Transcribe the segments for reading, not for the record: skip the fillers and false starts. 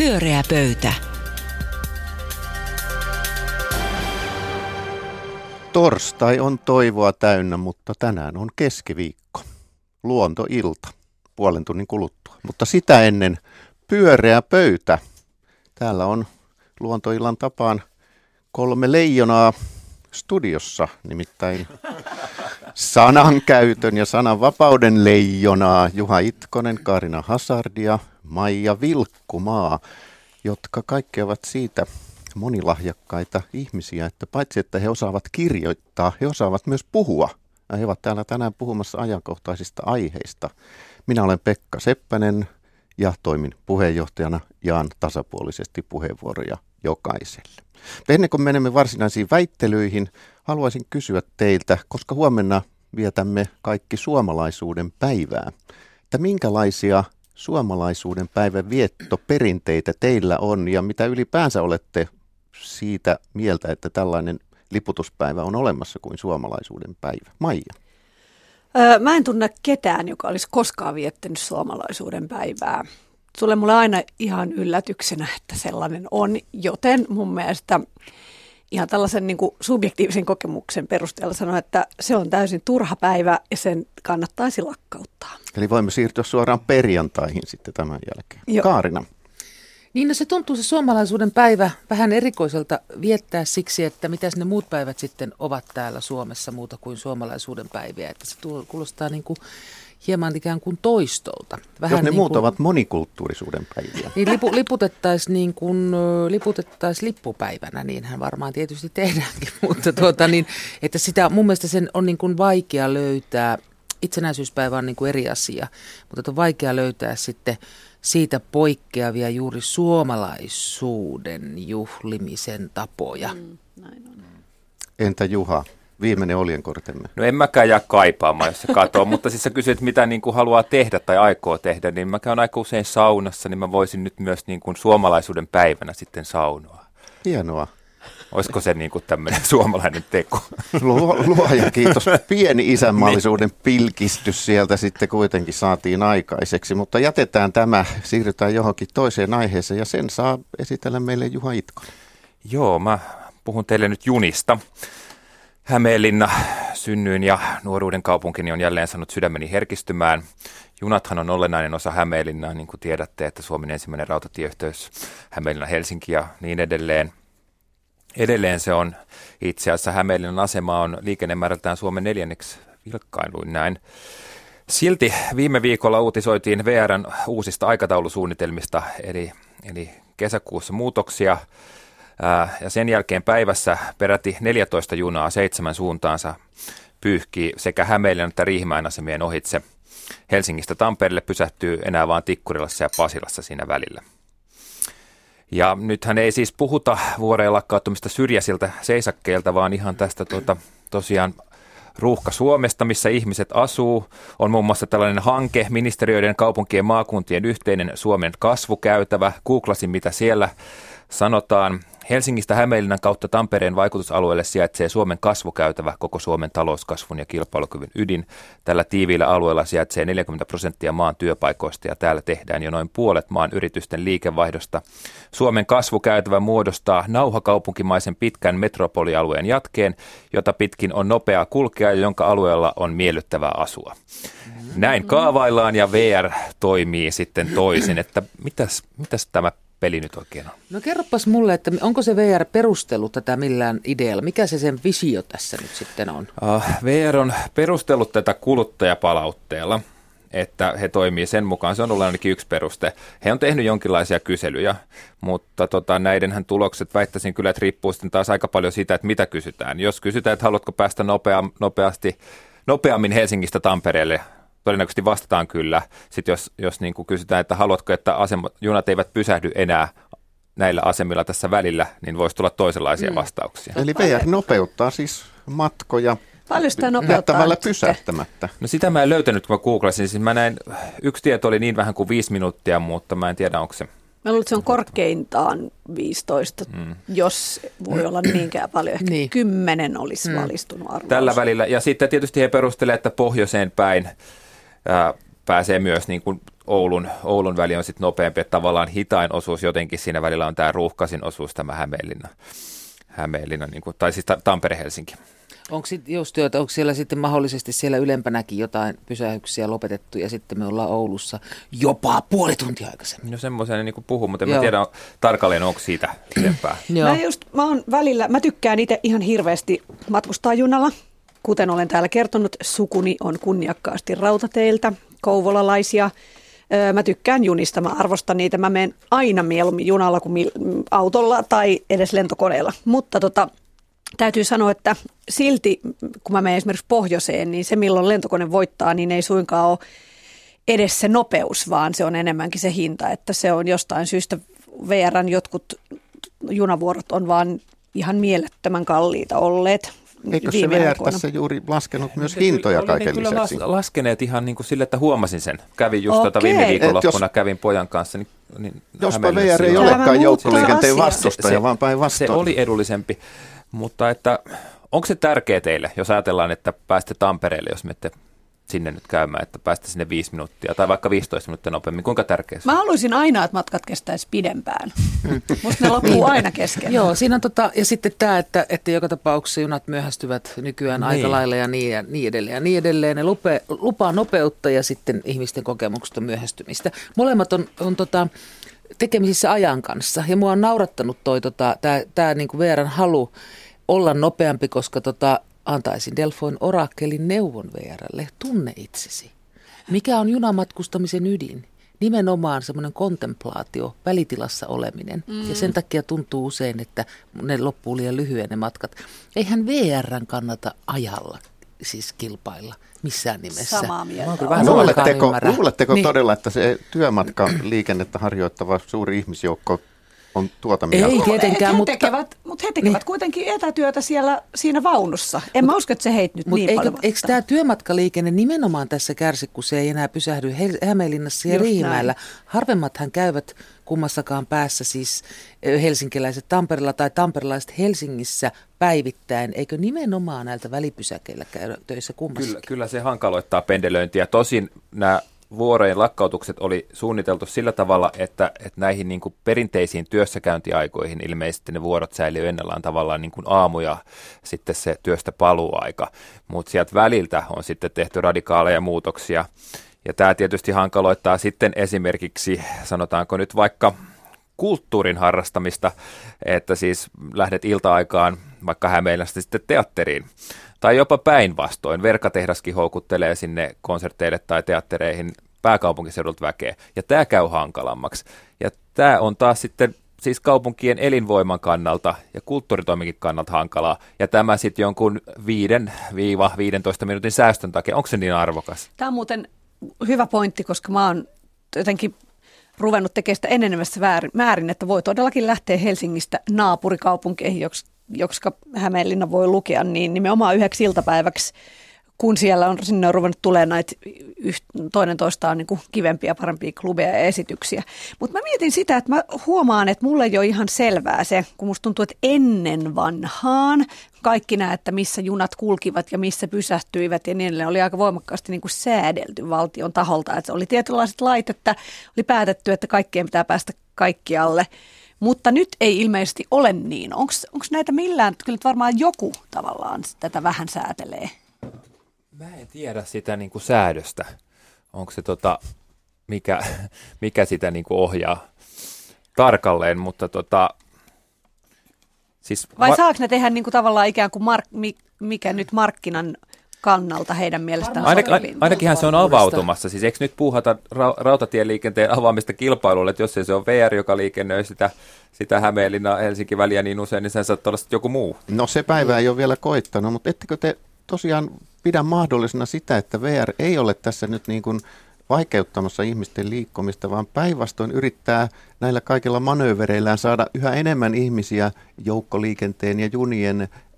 Pyöreä pöytä. Torstai on toivoa täynnä, mutta tänään on keskiviikko. Luontoilta, puolen tunnin kuluttua. Mutta sitä ennen pyöreä pöytä. Täällä on luontoillan tapaan 3 leijonaa studiossa, nimittäin sanankäytön ja sananvapauden leijonaa Juha Itkonen, Kaarina Hazard ja Maija Vilkkumaa, jotka kaikki ovat siitä monilahjakkaita ihmisiä, että paitsi että he osaavat kirjoittaa, he osaavat myös puhua. Ja he ovat täällä tänään puhumassa ajankohtaisista aiheista. Minä olen Pekka Seppänen ja toimin puheenjohtajana, jaan tasapuolisesti puheenvuoroja jokaiselle. Ennen kuin menemme varsinaisiin väittelyihin, haluaisin kysyä teiltä, koska huomenna vietämme kaikki suomalaisuuden päivää, että minkälaisia suomalaisuuden päivän viettoperinteitä teillä on ja mitä ylipäänsä olette siitä mieltä, että tällainen liputuspäivä on olemassa kuin suomalaisuuden päivä? Maija. Mä en tunne ketään, joka olisi koskaan viettänyt suomalaisuuden päivää. Tulee mulle aina ihan yllätyksenä, että sellainen on, joten mun mielestä ihan tällaisen niin kuin subjektiivisen kokemuksen perusteella sanon, että se on täysin turha päivä ja sen kannattaisi lakkauttaa. Eli voimme siirtyä suoraan perjantaihin sitten tämän jälkeen. Joo. Kaarina. Niin, no se tuntuu se suomalaisuuden päivä vähän erikoiselta viettää siksi, että mitäs ne muut päivät sitten ovat täällä Suomessa muuta kuin suomalaisuuden päiviä. Että se kuulostaa niin kuin hieman ikään kuin toistolta. Vähän jos ne niin muut kuin, ovat monikulttuurisuuden päiviä. Niin liputettaisiin lippupäivänä, niinhän varmaan tietysti tehdäänkin, mutta että sitä mun mielestä sen on niin kuin vaikea löytää. Itsenäisyyspäivä on niin kuin eri asia, mutta on vaikea löytää sitten siitä poikkeavia juuri suomalaisuuden juhlimisen tapoja. Näin on. Entä Juha, viimeinen oljenkortemme? No en mäkään jää kaipaamaan, jos se katoo, mutta siis sä kysyt, mitä niin kuin haluaa tehdä tai aikoo tehdä, niin mä käyn aika usein saunassa, niin mä voisin nyt myös niin kuin suomalaisuuden päivänä sitten saunoa. Hienoa. Olisiko se niin kuin tämmöinen suomalainen teko? Luoja kiitos. Pieni isänmaallisuuden pilkistys sieltä sitten kuitenkin saatiin aikaiseksi, mutta jätetään tämä, siirrytään johonkin toiseen aiheeseen ja sen saa esitellä meille Juha Itkonen. Joo, mä puhun teille nyt junista. Hämeenlinna, synnyin ja nuoruuden kaupunkini on jälleen saanut sydämeni herkistymään. Junathan on olennainen osa Hämeenlinnaa, niin kuin tiedätte, että Suomen ensimmäinen rautatieyhteys Hämeenlinna-Helsinki ja niin edelleen. Edelleen se on itse asiassa Hämeenlinnan asema on liikennemäärältään Suomen 4. vilkkailuin näin. Silti viime viikolla uutisoitiin VR:n uusista aikataulusuunnitelmista, eli kesäkuussa muutoksia. Ja sen jälkeen päivässä peräti 14 junaa 7 suuntaansa pyyhkii sekä Hämeenlinnan että Riihimäen asemien ohitse. Helsingistä Tampereelle pysähtyy enää vain Tikkurilassa ja Pasilassa siinä välillä. Ja nythän ei siis puhuta vuoreen lakkauttamista syrjäisiltä seisakkeilta, vaan ihan tästä tosiaan ruuhka Suomesta, missä ihmiset asuu. On muun muassa tällainen hanke, ministeriöiden, kaupunkien, maakuntien yhteinen Suomen kasvukäytävä. Googlasin, mitä siellä sanotaan. Helsingistä Hämeenlinnan kautta Tampereen vaikutusalueelle sijaitsee Suomen kasvukäytävä, koko Suomen talouskasvun ja kilpailukyvyn ydin. Tällä tiiviillä alueella sijaitsee 40% maan työpaikoista ja täällä tehdään jo noin puolet maan yritysten liikevaihdosta. Suomen kasvukäytävä muodostaa nauhakaupunkimaisen pitkän metropolialueen jatkeen, jota pitkin on nopea kulkea ja jonka alueella on miellyttävää asua. Näin kaavaillaan ja VR toimii sitten toisin, että mitäs tämä peli nyt oikein on? No kerropas mulle, että onko se VR perustellut tätä millään idealla? Mikä se sen visio tässä nyt sitten on? VR on perustellut tätä kuluttajapalautteella, että he toimii sen mukaan. Se on ollut ainakin yksi peruste. He on tehnyt jonkinlaisia kyselyjä, mutta näidenhän tulokset väittäisin kyllä, että riippuu sitten taas aika paljon siitä, että mitä kysytään. Jos kysytään, että haluatko päästä nopeammin Helsingistä Tampereelle, todennäköisesti vastataan kyllä. Sitten jos niin kuin kysytään, että haluatko, että junat eivät pysähdy enää näillä asemilla tässä välillä, niin voisi tulla toisenlaisia vastauksia. Eli VR nopeuttaa siis matkoja Paljon sitä nopeuttaa pysähtämättä. No sitä mä en löytänyt, kun mä googlasin. Siis mä näin, yksi tieto oli niin vähän kuin 5 minuuttia, mutta mä en tiedä, onko se. Mä luulen, että se on korkeintaan 15, jos voi olla niinkään paljon. Ehkä 10 olisi valistunut arvaus. Tällä välillä. Ja sitten tietysti he perustelevat, että pohjoiseen päin pääsee myös niin kuin Oulun väli on sitten nopeampi, että tavallaan hitain osuus jotenkin siinä välillä on tämä ruuhkaisin osuus, tämä Hämeenlinna niin kuin, tai siis Tampere-Helsinki. Onko siellä sitten mahdollisesti siellä ylempänäkin jotain pysähyksiä lopetettu ja sitten me ollaan Oulussa jopa puoli tuntia aikaisemmin? No semmoisen niin kuin puhun, mutta en tiedä tarkalleen, onko siitä ylempää. Mä tykkään itse ihan hirveästi matkustaa junalla. Kuten olen täällä kertonut, sukuni on kunniakkaasti rautateiltä, kouvolalaisia. Mä tykkään junista, mä arvostan niitä. Mä menen aina mieluummin junalla kuin autolla tai edes lentokoneella. Mutta täytyy sanoa, että silti kun mä menen esimerkiksi pohjoiseen, niin se milloin lentokone voittaa, niin ei suinkaan ole edes se nopeus, vaan se on enemmänkin se hinta. Että se on jostain syystä VR:n jotkut junavuorot on vaan ihan mielettömän kalliita olleet. Eikö se VR tässä juuri laskenut myös hintoja kaiken lisäksi? Kyllä laskeneet ihan niin kuin sille, että huomasin sen. Kävin just viime viikonloppuna, kävin pojan kanssa. Niin jospa VR ei olekaan joukkoliikenteen vastustaja, vaan päinvastoin. Se oli edullisempi, mutta että, onko se tärkeä teille, jos ajatellaan, että pääste Tampereelle, jos menette sinne nyt käymään, että päästä sinne 5 minuuttia tai vaikka 15 minuuttia nopeammin. Kuinka tärkeä se on? Mä haluaisin aina, että matkat kestäisi pidempään. Musta ne loppuu aina kesken. Joo, siinä on ja sitten tämä, että joka tapauksessa junat myöhästyvät nykyään aika lailla ja niin edelleen. Ja niin edelleen. Ne lupaa nopeutta ja sitten ihmisten kokemuksesta myöhästymistä. Molemmat on tekemisissä ajan kanssa. Ja mua on naurattanut tämä niin kuin VR:n halu olla nopeampi, koska antaisin Delfoin oraakkelin neuvon VR:lle. Tunne itsesi. Mikä on junamatkustamisen ydin? Nimenomaan semmoinen kontemplaatio, välitilassa oleminen. Ja sen takia tuntuu usein, että ne loppuu liian lyhyen ne matkat. Eihän VR:n kannata ajalla siis kilpailla missään nimessä. Samaa mieltä. Luuletteko todella, että se työmatkaliikennettä harjoittava suuri ihmisjoukko on tuota mieltä? Ei tietenkään, mutta he tekevät kuitenkin etätyötä siinä vaunussa. En mä usko, että se heitä nyt niin paljon. Eikö tämä työmatkaliikenne nimenomaan tässä kärsi, kun se ei enää pysähdy Hämeenlinnassa ja Riihimäellä? Harvemmathan käyvät kummassakaan päässä, siis helsinkiläiset Tampereella tai tamperelaiset Helsingissä päivittäin. Eikö nimenomaan näiltä välipysäkeillä käydä töissä kummassakin? Kyllä se hankaloittaa pendelöintiä. Tosin nämä vuorojen lakkautukset oli suunniteltu sillä tavalla, että näihin niin kuin perinteisiin työssäkäyntiaikoihin ilmeisesti ne vuorot säilyy ennallaan tavallaan niin kuin aamu ja sitten se työstä paluuaika. Mutta sieltä väliltä on sitten tehty radikaaleja muutoksia. Ja tämä tietysti hankaloittaa sitten esimerkiksi, sanotaanko nyt vaikka kulttuurin harrastamista, että siis lähdet ilta-aikaan vaikka Hämeenlästä sitten teatteriin. Tai jopa päinvastoin. Verkatehdaskin houkuttelee sinne konserteille tai teattereihin pääkaupunkiseudulta väkeä. Ja tämä käy hankalammaksi. Ja tämä on taas sitten siis kaupunkien elinvoiman kannalta ja kulttuuritoiminkin kannalta hankalaa. Ja tämä sitten jonkun 5-15 minuutin säästön takia. Onko se niin arvokas? Tämä on muuten hyvä pointti, koska mä oon jotenkin ruvennut tekemään sitä enenevässä määrin, että voi todellakin lähteä Helsingistä naapurikaupunkeihin, jotka Hämeenlinna voi lukea, niin nimenomaan yhdeksi iltapäiväksi, kun siellä sinne on ruvennut tulemaan näitä toinen toistaan niin kuin kivempiä ja parempia klubeja ja esityksiä. Mutta mä mietin sitä, että mä huomaan, että mulle ei ole ihan selvää se, kun musta tuntuu, että ennen vanhaan kaikki nämä, että missä junat kulkivat ja missä pysähtyivät ja niin edelleen, oli aika voimakkaasti niin kuin säädelty valtion taholta. Että oli tietynlaiset lait, että oli päätetty, että kaikkien pitää päästä kaikkialle. Mutta nyt ei ilmeisesti ole niin. Onko näitä millään, kyllä varmaan joku tavallaan tätä vähän säätelee? Mä en tiedä sitä niin kuin säädöstä. Onko se mikä sitä niin kuin ohjaa tarkalleen, mutta siis vai saako ne tehdä niin kuin tavallaan ikään kuin mikä nyt markkinan kannalta heidän mielestään ainakinhan se on avautumassa. Siis eikö nyt puuhata rautatieliikenteen avaamista kilpailulle, että jos ei se on VR, joka liikennöi sitä Hämeenlinna-Helsinki-väliä niin usein, niin sen saattaa olla sitten joku muu. No se päivä ei ole vielä koittanut, mutta ettekö te tosiaan pidä mahdollisena sitä, että VR ei ole tässä nyt niin kuin vaikeuttamassa ihmisten liikkumista, vaan päinvastoin yrittää näillä kaikilla manöövereillään saada yhä enemmän ihmisiä joukkoliikenteen ja junien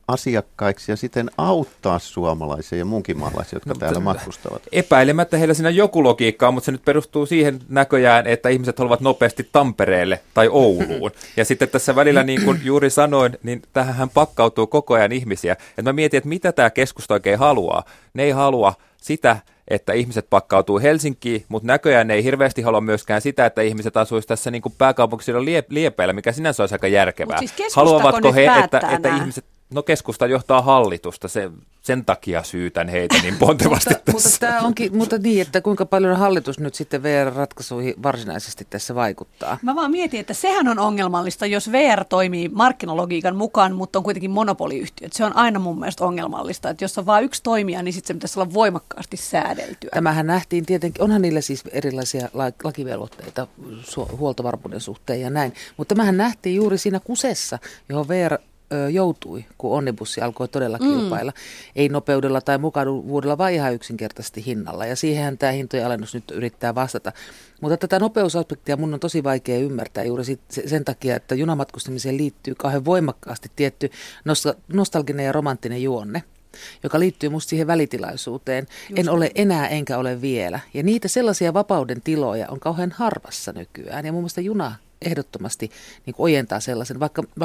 asiakkaiksi ja siten auttaa suomalaisia ja muunkin maalaisia, jotka täällä matkustavat? Epäilemättä heillä siinä joku logiikka on, mutta se nyt perustuu siihen näköjään, että ihmiset haluavat nopeasti Tampereelle tai Ouluun. Ja sitten tässä välillä, niin kuin juuri sanoin, niin tähän pakkautuu koko ajan ihmisiä. Et mä mietin, että mitä tämä keskusta oikein haluaa. Ne ei halua sitä, että ihmiset pakkautuu Helsinkiin, mutta näköjään ne ei hirveästi halua myöskään sitä, että ihmiset asuisivat tässä niin kuin pääkaupunkiseudun liepeillä, mikä sinänsä olisi aika järkevää. Siis haluavatko he, että ihmiset, no keskusta johtaa hallitusta, sen takia syytän heitä niin pontevasti tässä. Mutta tämä onkin, mutta niin, että kuinka paljon hallitus nyt sitten VR-ratkaisuihin varsinaisesti tässä vaikuttaa? Mä vaan mietin, että sehän on ongelmallista, jos VR toimii markkinalogiikan mukaan, mutta on kuitenkin monopoliyhtiö. Se on aina mun mielestä ongelmallista, että jos on vain yksi toimija, niin sitten se pitäisi olla voimakkaasti säädeltyä. Tämähän nähtiin tietenkin, onhan niillä siis erilaisia lakivelvoitteita huoltovarmuuden suhteen ja näin, mutta tämähän nähtiin juuri siinä kusessa, johon VR joutui, kun Onnibussi alkoi todella kilpailla. Ei nopeudella tai mukavuudella, vaan ihan yksinkertaisesti hinnalla. Ja siihenhän tämä hintojen alennus nyt yrittää vastata. Mutta tätä nopeusaspektia mun on tosi vaikea ymmärtää juuri sen takia, että junamatkustamiseen liittyy kauhean voimakkaasti tietty nostalginen ja romanttinen juonne, joka liittyy musta siihen välitilaisuuteen. En ole enää enkä ole vielä. Ja niitä sellaisia vapauden tiloja on kauhean harvassa nykyään. Ja mun mielestä juna ehdottomasti niin ojentaa sellaisen,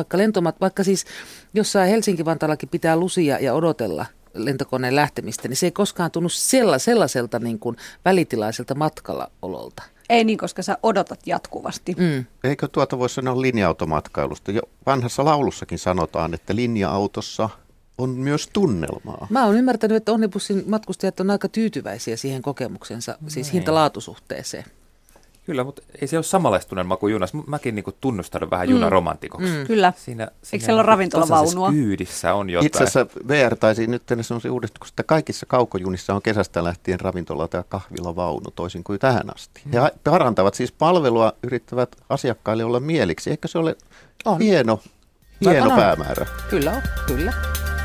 vaikka siis jossain Helsinki-Vantaallakin pitää lusia ja odotella lentokoneen lähtemistä, niin se ei koskaan tunnu sellaiselta niin kuin välitilaiselta matkalla ololta. Ei niin, koska sä odotat jatkuvasti. Eikö tuota voi sanoa linja-automatkailusta? Jo vanhassa laulussakin sanotaan, että linja-autossa on myös tunnelmaa. Mä oon ymmärtänyt, että Onnibussin matkustajat on aika tyytyväisiä siihen kokemuksensa, siis hinta-laatusuhteeseen. Kyllä, mutta ei se ole samanlaista tunnelmaa kuin junassa. Mäkin niin tunnustan vähän junaromantikoksi. Kyllä. Eikö siellä ole ravintolavaunua? Kyydissä on jotain. Itse asiassa VR taisi nyt tehdä sellaisen uudistuksen, että kaikissa kaukojunissa on kesästä lähtien ravintola tai kahvilavaunu toisin kuin tähän asti. He parantavat siis palvelua, yrittävät asiakkaille olla mieliksi. Eikö se ole hieno päämäärä? Kyllä on, kyllä.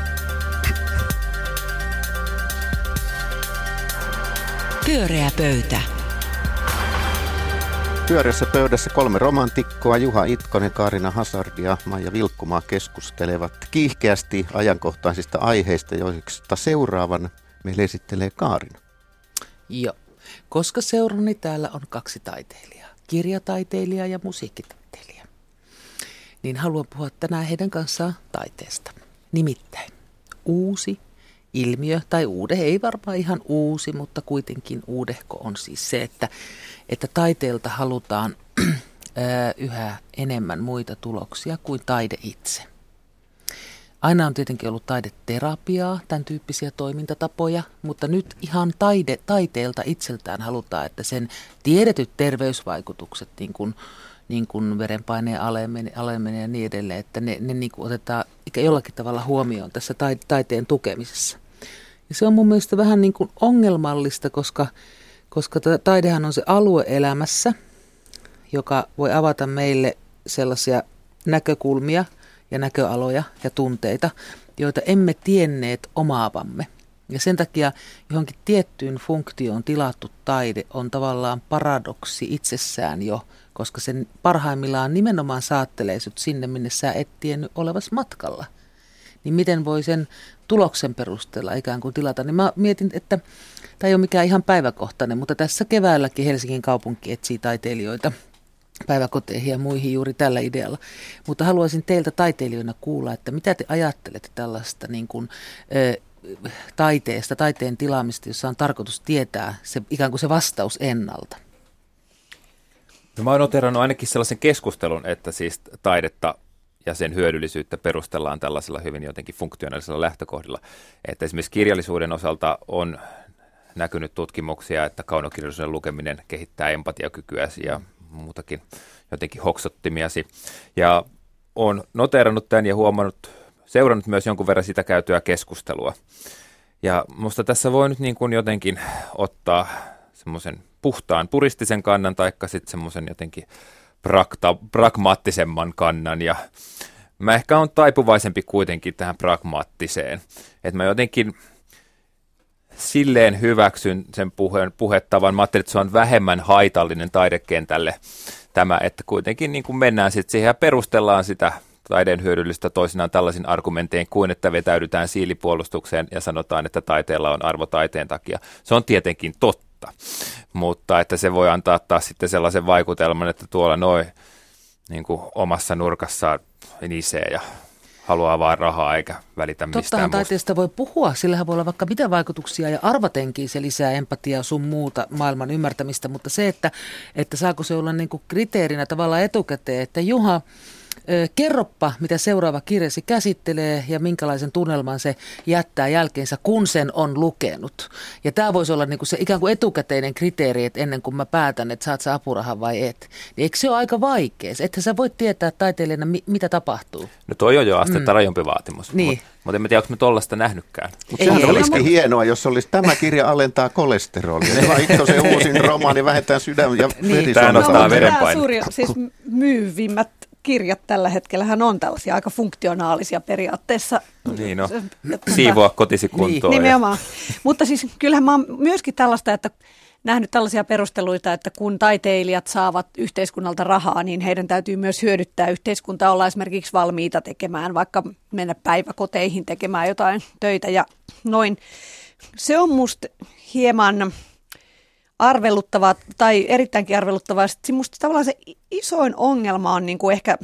Pyöreä pöytä. Pyöreässä pöydässä 3 romantikkoa, Juha Itkonen, Kaarina Hazard ja Maija Vilkkumaa keskustelevat kiihkeästi ajankohtaisista aiheista, joista seuraavan meille esittelee Kaarina. Joo, koska seurani täällä on 2 taiteilijaa, kirjataiteilija ja musiikkitaiteilija, niin haluan puhua tänään heidän kanssaan taiteesta. Nimittäin uusi ilmiö, tai ei varmaan ihan uusi, mutta kuitenkin uudehko on siis se, että taiteelta halutaan yhä enemmän muita tuloksia kuin taide itse. Aina on tietenkin ollut taideterapiaa, tämän tyyppisiä toimintatapoja, mutta nyt ihan taiteelta itseltään halutaan, että sen tiedetyt terveysvaikutukset, niin kuin verenpaineen aleminen ja niin edelleen, että ne niin kuin otetaan jollakin tavalla huomioon tässä taiteen tukemisessa. Ja se on mun mielestä vähän niin kuin ongelmallista, koska taidehan on se alue elämässä, joka voi avata meille sellaisia näkökulmia ja näköaloja ja tunteita, joita emme tienneet omaavamme. Ja sen takia johonkin tiettyyn funktioon tilattu taide on tavallaan paradoksi itsessään jo, koska sen parhaimmillaan nimenomaan saattelee sut sinne, minne sä et tiennyt olevas matkalla. Niin miten voi sen tuloksen perusteella ikään kuin tilata? Niin mä mietin, että tämä ei ole mikään ihan päiväkohtainen, mutta tässä keväälläkin Helsingin kaupunki etsii taiteilijoita päiväkoteihin ja muihin juuri tällä idealla. Mutta haluaisin teiltä taiteilijoina kuulla, että mitä te ajattelette tällaista niin kuin, taiteesta, taiteen tilaamista, jossa on tarkoitus tietää se, ikään kuin se vastaus ennalta? No, mä oon noterannut ainakin sellaisen keskustelun, että siis taidetta ja sen hyödyllisyyttä perustellaan tällaisella hyvin jotenkin funktionaalisella lähtökohdilla. Että esimerkiksi kirjallisuuden osalta on näkynyt tutkimuksia, että kaunokirjallisuuden lukeminen kehittää empatiakykyäsi ja muutakin jotenkin hoksottimiasi. Ja olen noteerannut tämän ja seurannut myös jonkun verran sitä käytyä keskustelua. Ja musta tässä voi nyt niin kuin jotenkin ottaa semmoisen puhtaan puristisen kannan taikka sitten semmoisen jotenkin pragmaattisemman kannan. Ja mä ehkä on taipuvaisempi kuitenkin tähän pragmaattiseen. Että mä jotenkin silleen hyväksyn sen puhettavan. Mä ajattelin, että se on vähemmän haitallinen taidekentälle tämä, että kuitenkin niin kuin mennään sitten siihen ja perustellaan sitä taide on hyödyllistä toisinaan tällaisin argumentein kuin, että vetäydytään siilipuolustukseen ja sanotaan, että taiteella on arvo taiteen takia. Se on tietenkin totta, mutta että se voi antaa taas sitten sellaisen vaikutelman, että tuolla niin kuin omassa nurkassaan nisee ja haluaa vaan rahaa eikä välitä mistään Tottahan taiteesta voi puhua, sillähän voi olla vaikka mitä vaikutuksia ja arvatenkin se lisää empatiaa sun muuta maailman ymmärtämistä, mutta se, että saako se olla niin kuin kriteerinä tavallaan etukäteen, että Juha, kerroppa, mitä seuraava kirjasi käsittelee ja minkälaisen tunnelman se jättää jälkeensä, kun sen on lukenut. Ja tämä voisi olla niinku se ikään kuin etukäteinen kriteeri, että ennen kuin mä päätän, että saat sä apurahan vai et. Niin eikö se ole aika vaikea? Että sä voit tietää taiteilijana, mitä tapahtuu. No toi on jo astetta rajompi vaatimus, niin. Mutta en tiedä, onko me tollaista nähnytkään. Mutta sehän olisikin hienoa, jos olisi tämä kirja alentaa kolesterolia. Juha Itkosen uusin romaani vähentää sydän- ja Tämä nostaa verenpainetta. Suuri, siis myyvimmät kirjat tällä hetkellä on tällaisia aika funktionaalisia periaatteessa. No niin, siivoa kotisi kuntoon. Niin, nimenomaan. Mutta siis kyllähän mä oon myöskin tällaista, että nähnyt tällaisia perusteluita, että kun taiteilijat saavat yhteiskunnalta rahaa, niin heidän täytyy myös hyödyttää yhteiskuntaa, olla esimerkiksi valmiita tekemään, vaikka mennä päiväkoteihin tekemään jotain töitä ja noin. Se on musta hieman arveluttavaa tai erittäinkin arveluttavaa. Sitten musta tavallaan se isoin ongelma on niin kuin ehkä,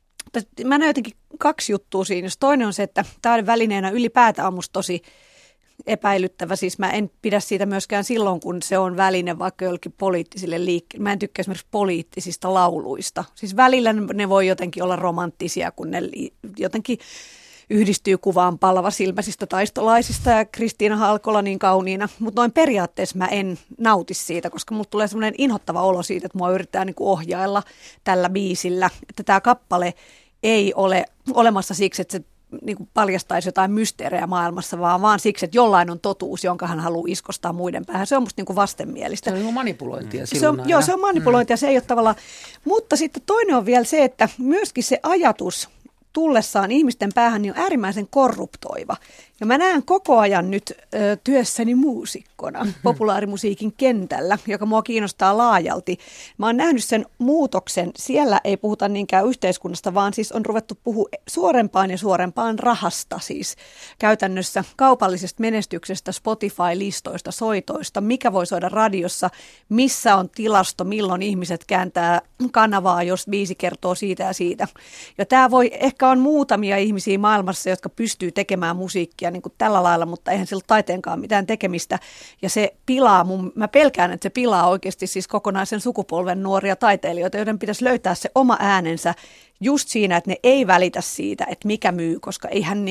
mä näen jotenkin kaksi juttua siinä. Toinen on se, että taidevälineenä ylipäätään on musta tosi epäilyttävä. Siis mä en pidä siitä myöskään silloin, kun se on väline vaikka jollekin poliittisille liikkeelle. Mä en tykkää esimerkiksi poliittisista lauluista. Siis välillä ne voi jotenkin olla romanttisia, kun ne jotenkin yhdistyy kuvaan palvasilmäisistä taistolaisista ja Kristiina Halkola niin kauniina, mutta noin periaatteessa mä en nauti siitä, koska mulle tulee semmoinen inhottava olo siitä, että mua yritetään niin kuin ohjailla tällä biisillä, että tämä kappale ei ole olemassa siksi, että se niin kuin paljastaisi jotain mysteerejä maailmassa, vaan siksi, että jollain on totuus, jonka hän haluaa iskostaa muiden päähän. Se on musta niin kuin vastenmielistä. Se on manipulointia silloin. Joo, se on manipulointia, se ei ole tavallaan. Mutta sitten toinen on vielä se, että myöskin se ajatus tullessaan ihmisten päähän niin on äärimmäisen korruptoiva. Ja mä näen koko ajan nyt työssäni muusikkona populaarimusiikin kentällä, joka mua kiinnostaa laajalti. Mä oon nähnyt sen muutoksen. Siellä ei puhuta niinkään yhteiskunnasta, vaan siis on ruvettu puhua suorempaan ja suorempaan rahasta. Siis käytännössä kaupallisesta menestyksestä, Spotify-listoista, soitoista, mikä voi soida radiossa, missä on tilasto, milloin ihmiset kääntää kanavaa, jos biisi kertoo siitä ja siitä. Ja tämä voi, ehkä on muutamia ihmisiä maailmassa, jotka pystyy tekemään musiikkia niin kuin tällä lailla, mutta eihän sillä taiteenkaan mitään tekemistä. Ja se pilaa, mä pelkään, että se pilaa oikeasti siis kokonaisen sukupolven nuoria taiteilijoita, joiden pitäisi löytää se oma äänensä just siinä, että ne ei välitä siitä, että mikä myy, koska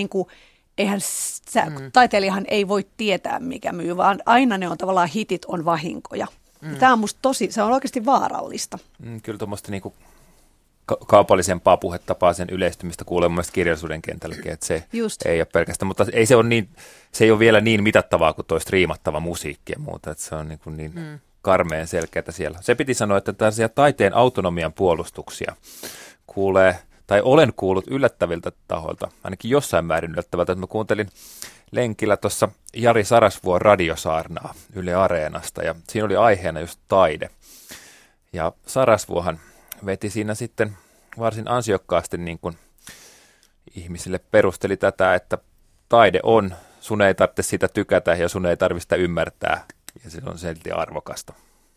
taiteilijahan ei voi tietää, mikä myy, vaan aina ne on tavallaan hitit on vahinkoja. Tämä on musta se on oikeasti vaarallista. Kyllä tuommoista niinku kaupallisempaa puhetapaa, sen yleistymistä kuulee mun mielestä kirjallisuuden kentälläkin, että se ei ole pelkästään, mutta se ei ole vielä niin mitattavaa kuin toi striimattava musiikki ja muuta, että se on niin karmeen selkeätä siellä. Se piti sanoa, että tällaisia taiteen autonomian puolustuksia kuulee, tai olen kuullut yllättäviltä tahoilta, ainakin jossain määrin yllättävältä, että mä kuuntelin lenkillä tuossa Jari Sarasvuon radiosaarnaa Yle Areenasta, ja siinä oli aiheena just taide. Ja Sarasvuohan veti siinä sitten varsin ansiokkaasti niin kuin ihmisille perusteli tätä, että taide on, sun ei tarvitse sitä tykätä ja sun ei tarvitse sitä ymmärtää, ja se on silti arvokasta.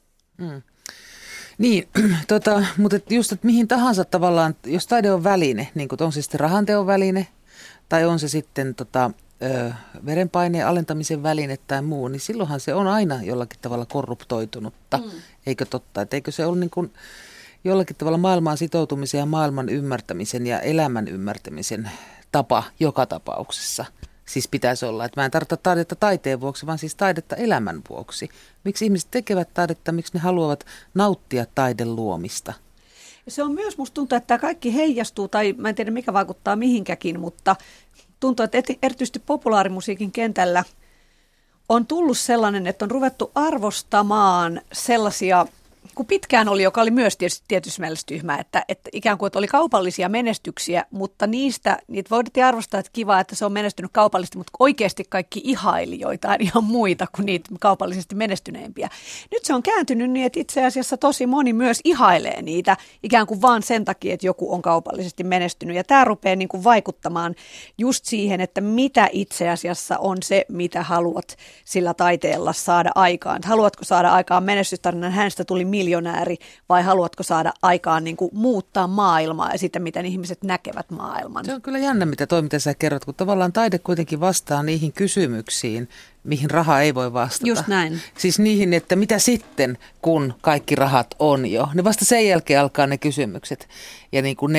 Niin, mutta just, että mihin tahansa tavallaan, jos taide on väline, niin kuin on se sitten rahanteon väline, tai on se sitten verenpaineen alentamisen väline tai muu, niin silloinhan se on aina jollakin tavalla korruptoitunutta, eikö totta? Että eikö se ole niin kuin jollakin tavalla maailmaan sitoutumisen ja maailman ymmärtämisen ja elämän ymmärtämisen tapa joka tapauksessa. Siis pitäisi olla, että mä en tarkoita taidetta taiteen vuoksi, vaan siis taidetta elämän vuoksi. Miksi ihmiset tekevät taidetta, miksi ne haluavat nauttia taiden luomista? Se on myös, musta tuntuu, että tämä kaikki heijastuu, tai mä en tiedä mikä vaikuttaa mihinkäkin, mutta tuntuu, että erityisesti populaarimusiikin kentällä on tullut sellainen, että on ruvettu arvostamaan sellaisia kun pitkään oli, joka oli myös tietysti mielessä tyhmä, että ikään kuin että oli kaupallisia menestyksiä, mutta niitä voidaan arvostaa, että kiva, että se on menestynyt kaupallisesti, mutta oikeasti kaikki ihaili joitain ihan muita kuin niitä kaupallisesti menestyneempiä. Nyt se on kääntynyt niin, että itse asiassa tosi moni myös ihailee niitä ikään kuin vaan sen takia, että joku on kaupallisesti menestynyt. Ja tämä rupeaa niin kuin vaikuttamaan just siihen, että mitä itse asiassa on se, mitä haluat sillä taiteella saada aikaan. Haluatko saada aikaan menestystarinan, hänestä tuli miljonääri, vai haluatko saada aikaan niin kuin muuttaa maailmaa ja sitten miten ihmiset näkevät maailman? Se on kyllä jännä, mitä sä kerrot, kun tavallaan taide kuitenkin vastaa niihin kysymyksiin, mihin raha ei voi vastata. Just näin. Siis niihin, että mitä sitten, kun kaikki rahat on jo. Ne vasta sen jälkeen alkaa ne kysymykset ja niin kuin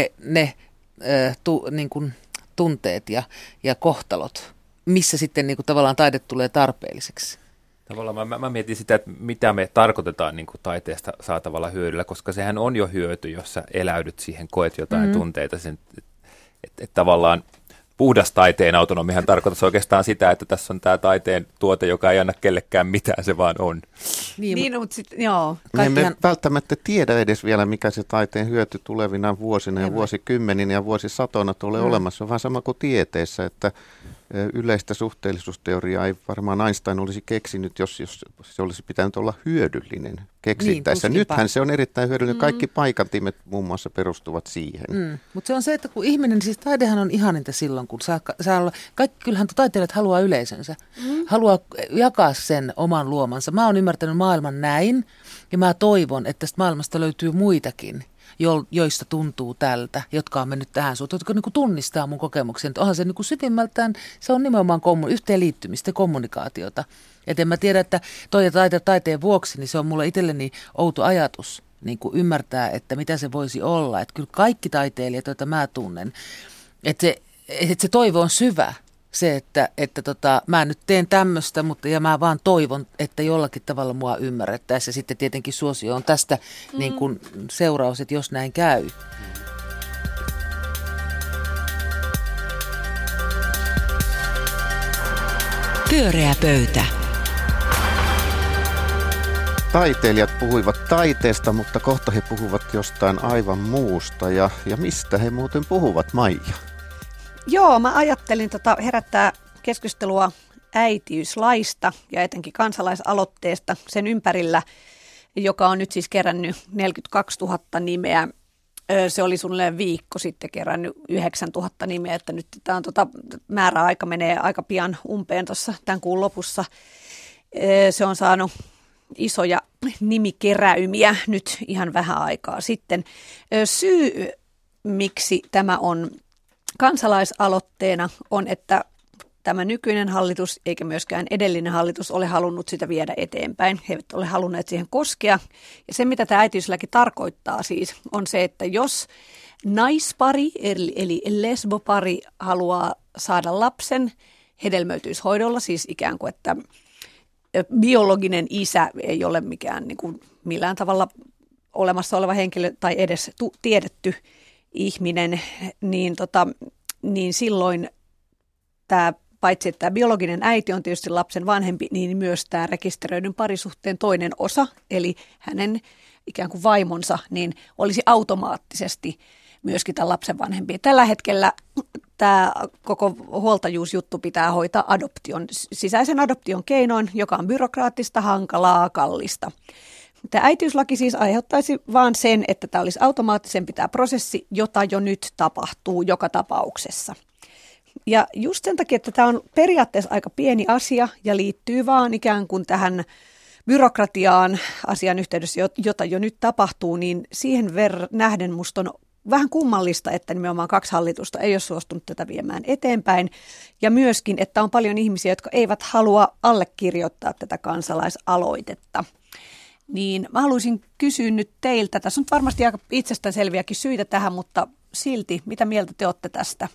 niin kuin tunteet ja kohtalot, missä sitten niin kuin tavallaan taide tulee tarpeelliseksi. Tavallaan mä mietin sitä, että mitä me tarkoitetaan niin kuin taiteesta saatavalla hyödyllä, koska sehän on jo hyöty, jos sä eläydyt siihen, koet jotain tunteita. Että tavallaan puhdas taiteen autonomiahan tarkoittaisi oikeastaan sitä, että tässä on tämä taiteen tuote, joka ei anna kellekään mitään, se vaan on. Niin mutta sitten, joo. Me emme välttämättä tiedä edes vielä, mikä se taiteen hyöty tulevina vuosina ja vuosikymmeninä ja vuosisatoina tulee olemassa. Se on vähän sama kuin tieteessä, että yleistä suhteellisuusteoriaa ei varmaan Einstein olisi keksinyt, jos se olisi pitänyt olla hyödyllinen keksittäessä. Niin, nythän se on erittäin hyödyllinen. Kaikki paikantimet muun muassa perustuvat siihen. Mutta se on se, että kun ihminen, siis taidehan on ihaninta silloin, kun kyllähän taiteilijat haluaa yleisönsä. Haluaa jakaa sen oman luomansa. Mä oon ymmärtänyt maailman näin ja mä toivon, että tästä maailmasta löytyy muitakin, joista tuntuu tältä, jotka on mennyt tähän suuntaan, jotka niin tunnistaa mun kokemuksen. Onhan se niin syvimmältään, se on nimenomaan yhteenliittymistä, kommunikaatiota. Et en mä tiedä, että taiteen vuoksi, niin se on mulle itselleni outo ajatus niin kuin ymmärtää, että mitä se voisi olla. Että kyllä kaikki taiteilijat, joita mä tunnen, että se toivo on syvä. Se, että mä nyt teen tämmöistä, ja mä vaan toivon, että jollakin tavalla mua ymmärrettäisiin. Ja sitten tietenkin suosio on tästä niin kuin seuraus, että jos näin käy. Pyöreä pöytä. Taiteilijat puhuivat taiteesta, mutta kohta he puhuvat jostain aivan muusta. Ja mistä he muuten puhuvat, Maija? Joo, mä ajattelin herättää keskustelua äitiyslaista ja etenkin kansalaisaloitteesta sen ympärillä, joka on nyt siis kerännyt 42 000 nimeä. Se oli suunnilleen viikko sitten kerännyt 9 000 nimeä, että nyt tämä määräaika menee aika pian umpeen tuossa tämän kuun lopussa. Se on saanut isoja nimikeräymiä nyt ihan vähän aikaa sitten. Syy, miksi tämä on kansalaisaloitteena on, että tämä nykyinen hallitus eikä myöskään edellinen hallitus ole halunnut sitä viedä eteenpäin. He eivät ole halunneet siihen koskea. Ja se, mitä tämä äitiyslaki tarkoittaa siis, on se, että jos naispari eli lesbopari haluaa saada lapsen hedelmöityshoidolla, siis ikään kuin, että biologinen isä ei ole mikään niin kuin millään tavalla olemassa oleva henkilö tai edes tiedetty ihminen, niin silloin tämä, paitsi että tämä biologinen äiti on tietysti lapsen vanhempi, niin myös tämä rekisteröidyn parisuhteen toinen osa, eli hänen ikään kuin vaimonsa, niin olisi automaattisesti myöskin tämän lapsen vanhempi. Tällä hetkellä tämä koko huoltajuusjuttu pitää hoitaa sisäisen adoption keinoin, joka on byrokraattista, hankalaa, kallista. Tämä äitiyslaki siis aiheuttaisi vaan sen, että tämä olisi automaattisempi tämä prosessi, jota jo nyt tapahtuu joka tapauksessa. Ja just sen takia, että tämä on periaatteessa aika pieni asia ja liittyy vaan ikään kuin tähän byrokratiaan asian yhteydessä, jota jo nyt tapahtuu, niin siihen nähden musta on vähän kummallista, että nimenomaan 2 hallitusta ei ole suostunut tätä viemään eteenpäin. Ja myöskin, että on paljon ihmisiä, jotka eivät halua allekirjoittaa tätä kansalaisaloitetta. Niin mä haluaisin kysyä nyt teiltä, tässä on varmasti aika itsestäänselviäkin syitä tähän, mutta silti, mitä mieltä te olette tästä? Ja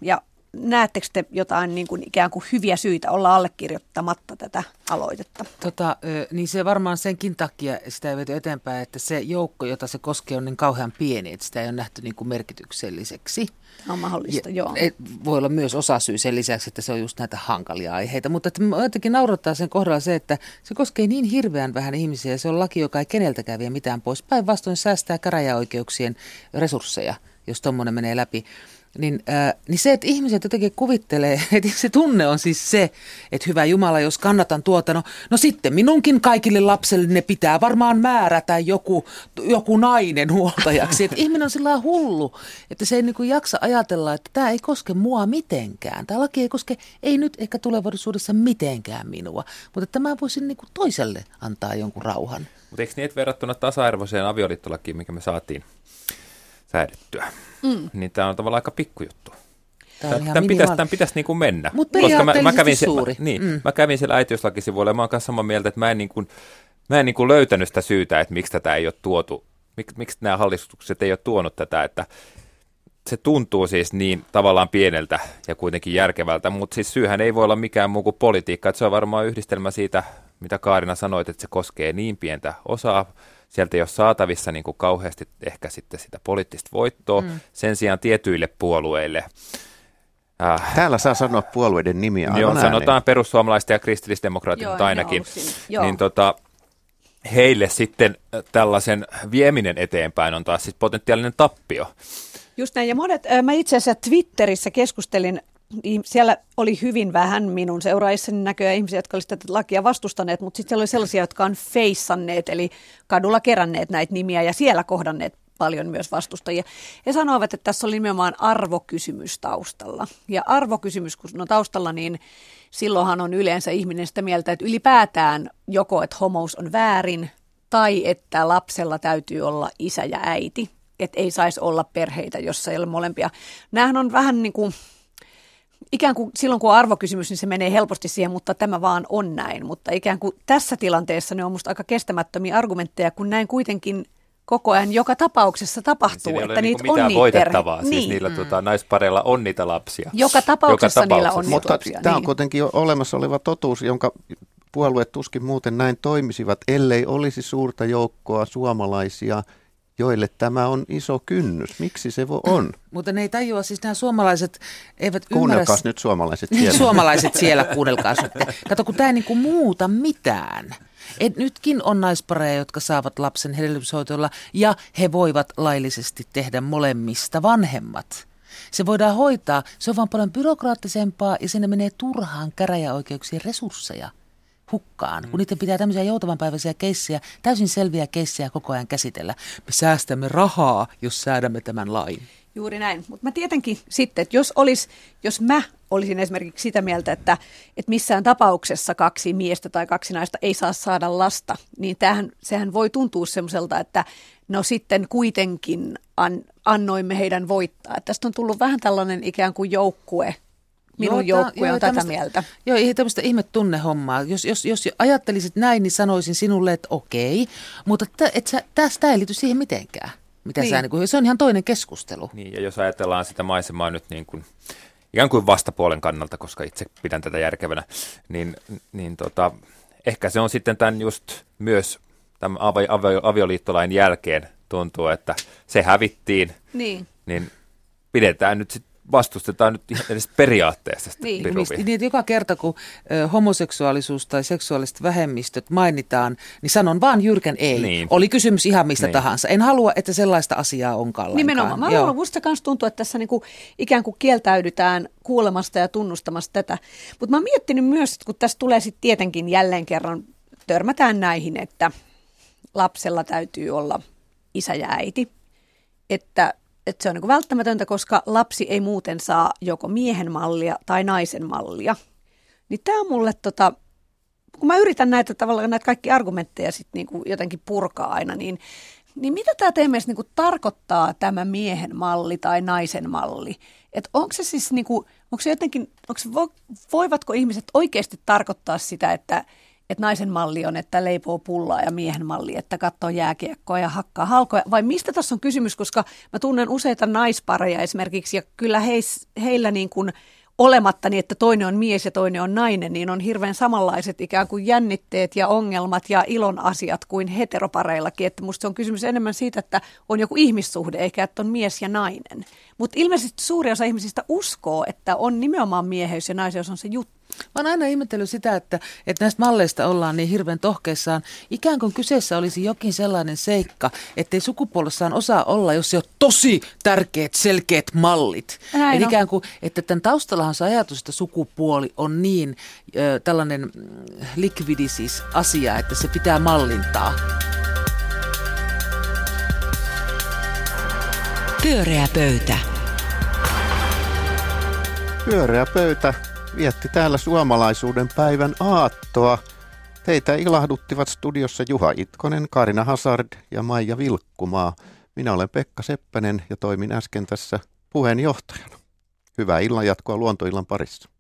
näettekö te jotain niin kuin ikään kuin hyviä syitä olla allekirjoittamatta tätä aloitetta? Niin se varmaan senkin takia sitä ei viety eteenpäin, että se joukko, jota se koskee, on niin kauhean pieni, että sitä ei ole nähty niin kuin merkitykselliseksi. On mahdollista, joo. Voi olla myös osasyy sen lisäksi, että se on just näitä hankalia aiheita, mutta että jotenkin naurattaa sen kohdalla se, että se koskee niin hirveän vähän ihmisiä ja se on laki, joka ei keneltäkään vie mitään pois. Päinvastoin säästää käräjäoikeuksien resursseja, jos tommoinen menee läpi. Niin se, että ihmiset jotenkin kuvittelee, että se tunne on siis se, että hyvä Jumala, jos kannatan tuota, no sitten minunkin kaikille lapsille ne pitää varmaan määrätä joku nainen huoltajaksi. Että ihminen on sillä hullu, että se ei niin kuin jaksa ajatella, että tämä ei koske mua mitenkään. Tämä laki ei koske, ei nyt ehkä tulevaisuudessa mitenkään minua, mutta tämä voisi niin kuin toiselle antaa jonkun rauhan. Mutta eikö niin, että verrattuna tasa-arvoiseen avioliittolakiin, mikä me saatiin säädettyä, niin tämä on tavallaan aika pikkujuttu. Tämän pitäisi niin kuin mennä. Mutta periaatteellisesti suuri. Mä kävin siellä äitiyslakisivuilla ja mä oon kanssa samaa mieltä, että mä en niin kuin löytänyt sitä syytä, että miksi tätä ei ole tuotu, miksi nämä hallitukset ei ole tuonut tätä, että se tuntuu siis niin tavallaan pieneltä ja kuitenkin järkevältä, mutta siis syyhän ei voi olla mikään muu kuin politiikka, että se on varmaan yhdistelmä siitä, mitä Kaarina sanoit, että se koskee niin pientä osaa. Sieltä ei ole saatavissa niin kuin kauheasti ehkä sitten sitä poliittista voittoa. Sen sijaan tietyille puolueille. Täällä saa sanoa puolueiden nimiä. Joo, sanotaan perussuomalaiset ja kristillisdemokraatit ainakin. Niin heille sitten tällaisen vieminen eteenpäin on taas siis potentiaalinen tappio. Just näin. Ja mä itse asiassa Twitterissä keskustelin, siellä oli hyvin vähän minun seuraajissani näköjään ihmisiä, jotka olisivat tätä lakia vastustaneet, mutta sitten siellä oli sellaisia, jotka on feissanneet, eli kadulla keränneet näitä nimiä ja siellä kohdanneet paljon myös vastustajia. He sanoivat, että tässä oli nimenomaan arvokysymys taustalla. Ja arvokysymys, kun on taustalla, niin silloinhan on yleensä ihminen sitä mieltä, että ylipäätään joko, että homous on väärin, tai että lapsella täytyy olla isä ja äiti. Että ei saisi olla perheitä, jossa ei ole molempia. Nämähän on vähän niin kuin ikään kuin silloin, kun on arvokysymys, niin se menee helposti siihen, mutta tämä vaan on näin. Mutta ikään kuin tässä tilanteessa ne on musta aika kestämättömiä argumentteja, kun näin kuitenkin koko ajan joka tapauksessa tapahtuu, niin että niitä niin on niitä voitettavaa, perheitä. Siis niillä naispareilla on niitä lapsia. Joka tapauksessa niillä on mutta lapsia. Tämä on kuitenkin jo olemassa oleva totuus, jonka puolueet tuskin muuten näin toimisivat, ellei olisi suurta joukkoa suomalaisia, joille tämä on iso kynnys. Miksi se on? Mutta ne ei tajua, siis nämä suomalaiset eivät Kuunnelkaas nyt suomalaiset siellä. Suomalaiset siellä, kuunnelkaas nyt. Kato, kun tämä ei niinku muuta mitään. Et nytkin on naispareja, jotka saavat lapsen hedelmöityshoitoilla ja he voivat laillisesti tehdä molemmista vanhemmat. Se voidaan hoitaa, se on vaan paljon byrokraattisempaa ja sinne menee turhaan käräjäoikeuksien resursseja hukkaan, kun niiden pitää tämmöisiä joutavanpäiväisiä keissejä, täysin selviä keissejä koko ajan käsitellä. Me säästämme rahaa, jos säädämme tämän lain. Juuri näin, mutta mä tietenkin sitten, että jos mä olisin esimerkiksi sitä mieltä, että missään tapauksessa 2 miestä tai 2 naista ei saa saada lasta, niin sehän voi tuntua semmoiselta, että no sitten kuitenkin annoimme heidän voittaa. Että tästä on tullut vähän tällainen ikään kuin joukkue. Minun joukkue on tätä mieltä. Joo, ei tämmöistä ihmetunnehommaa. Jos ajattelisit näin, niin sanoisin sinulle, että okei, mutta tästä ei liity siihen mitenkään. Mitä niin. Se on ihan toinen keskustelu. Niin, ja jos ajatellaan sitä maisemaa nyt niin kuin, ikään kuin vastapuolen kannalta, koska itse pidän tätä järkevänä, niin ehkä se on sitten tämän just myös tämän avioliittolain jälkeen tuntuu, että se hävittiin, niin pidetään nyt sitten vastustetaan nyt edes periaatteessa sitä niin, että joka kerta, kun homoseksuaalisuus tai seksuaaliset vähemmistöt mainitaan, niin sanon vaan jyrkän ei. Niin. Oli kysymys ihan mistä tahansa. En halua, että sellaista asiaa onkaan lainkaan. Nimenomaan. Mä luulen, musta kanssa tuntuu, että tässä niinku ikään kuin kieltäydytään kuulemasta ja tunnustamasta tätä. Mutta mä oon miettinyt myös, että kun tässä tulee sitten tietenkin jälleen kerran, törmätään näihin, että lapsella täytyy olla isä ja äiti, että se on niin kuin välttämätöntä, koska lapsi ei muuten saa joko miehen mallia tai naisen mallia. Niin tämä on mulle, kun mä yritän näitä kaikki argumentteja sit niin kuin jotenkin purkaa aina, niin mitä tämä teidän mielestä niin kuin tarkoittaa tämä miehen malli tai naisen malli? Että onko se siis, niin kuin, voivatko ihmiset oikeasti tarkoittaa sitä, että naisen malli on, että leipoo pullaa ja miehen malli, että katsoo jääkiekkoa ja hakkaa halkoja. Vai mistä tässä on kysymys, koska mä tunnen useita naispareja esimerkiksi ja kyllä heillä niin kuin olematta niin, että toinen on mies ja toinen on nainen, niin on hirveän samanlaiset ikään kuin jännitteet ja ongelmat ja ilon asiat kuin heteropareillakin. Että musta se on kysymys enemmän siitä, että on joku ihmissuhde, eikä että on mies ja nainen. Mutta ilmeisesti suuri osa ihmisistä uskoo, että on nimenomaan mieheys ja naiseus on se juttu. Mä oon aina ihmetellyt sitä, että näistä malleista ollaan niin hirveän tohkeissaan. Ikään kuin kyseessä olisi jokin sellainen seikka, ettei sukupuolessaan osaa olla, jos se on tosi tärkeät, selkeät mallit. Eli ikään kuin, että tämän taustallahan on se ajatus, että sukupuoli on niin tällainen liquidisis asia, että se pitää mallintaa. Pyöreä pöytä. Pyöreä pöytä vietti täällä suomalaisuuden päivän aattoa. Teitä ilahduttivat studiossa Juha Itkonen, Kaarina Hazard ja Maija Vilkkumaa. Minä olen Pekka Seppänen ja toimin äsken tässä puheenjohtajana. Hyvää illanjatkoa Luontoillan parissa.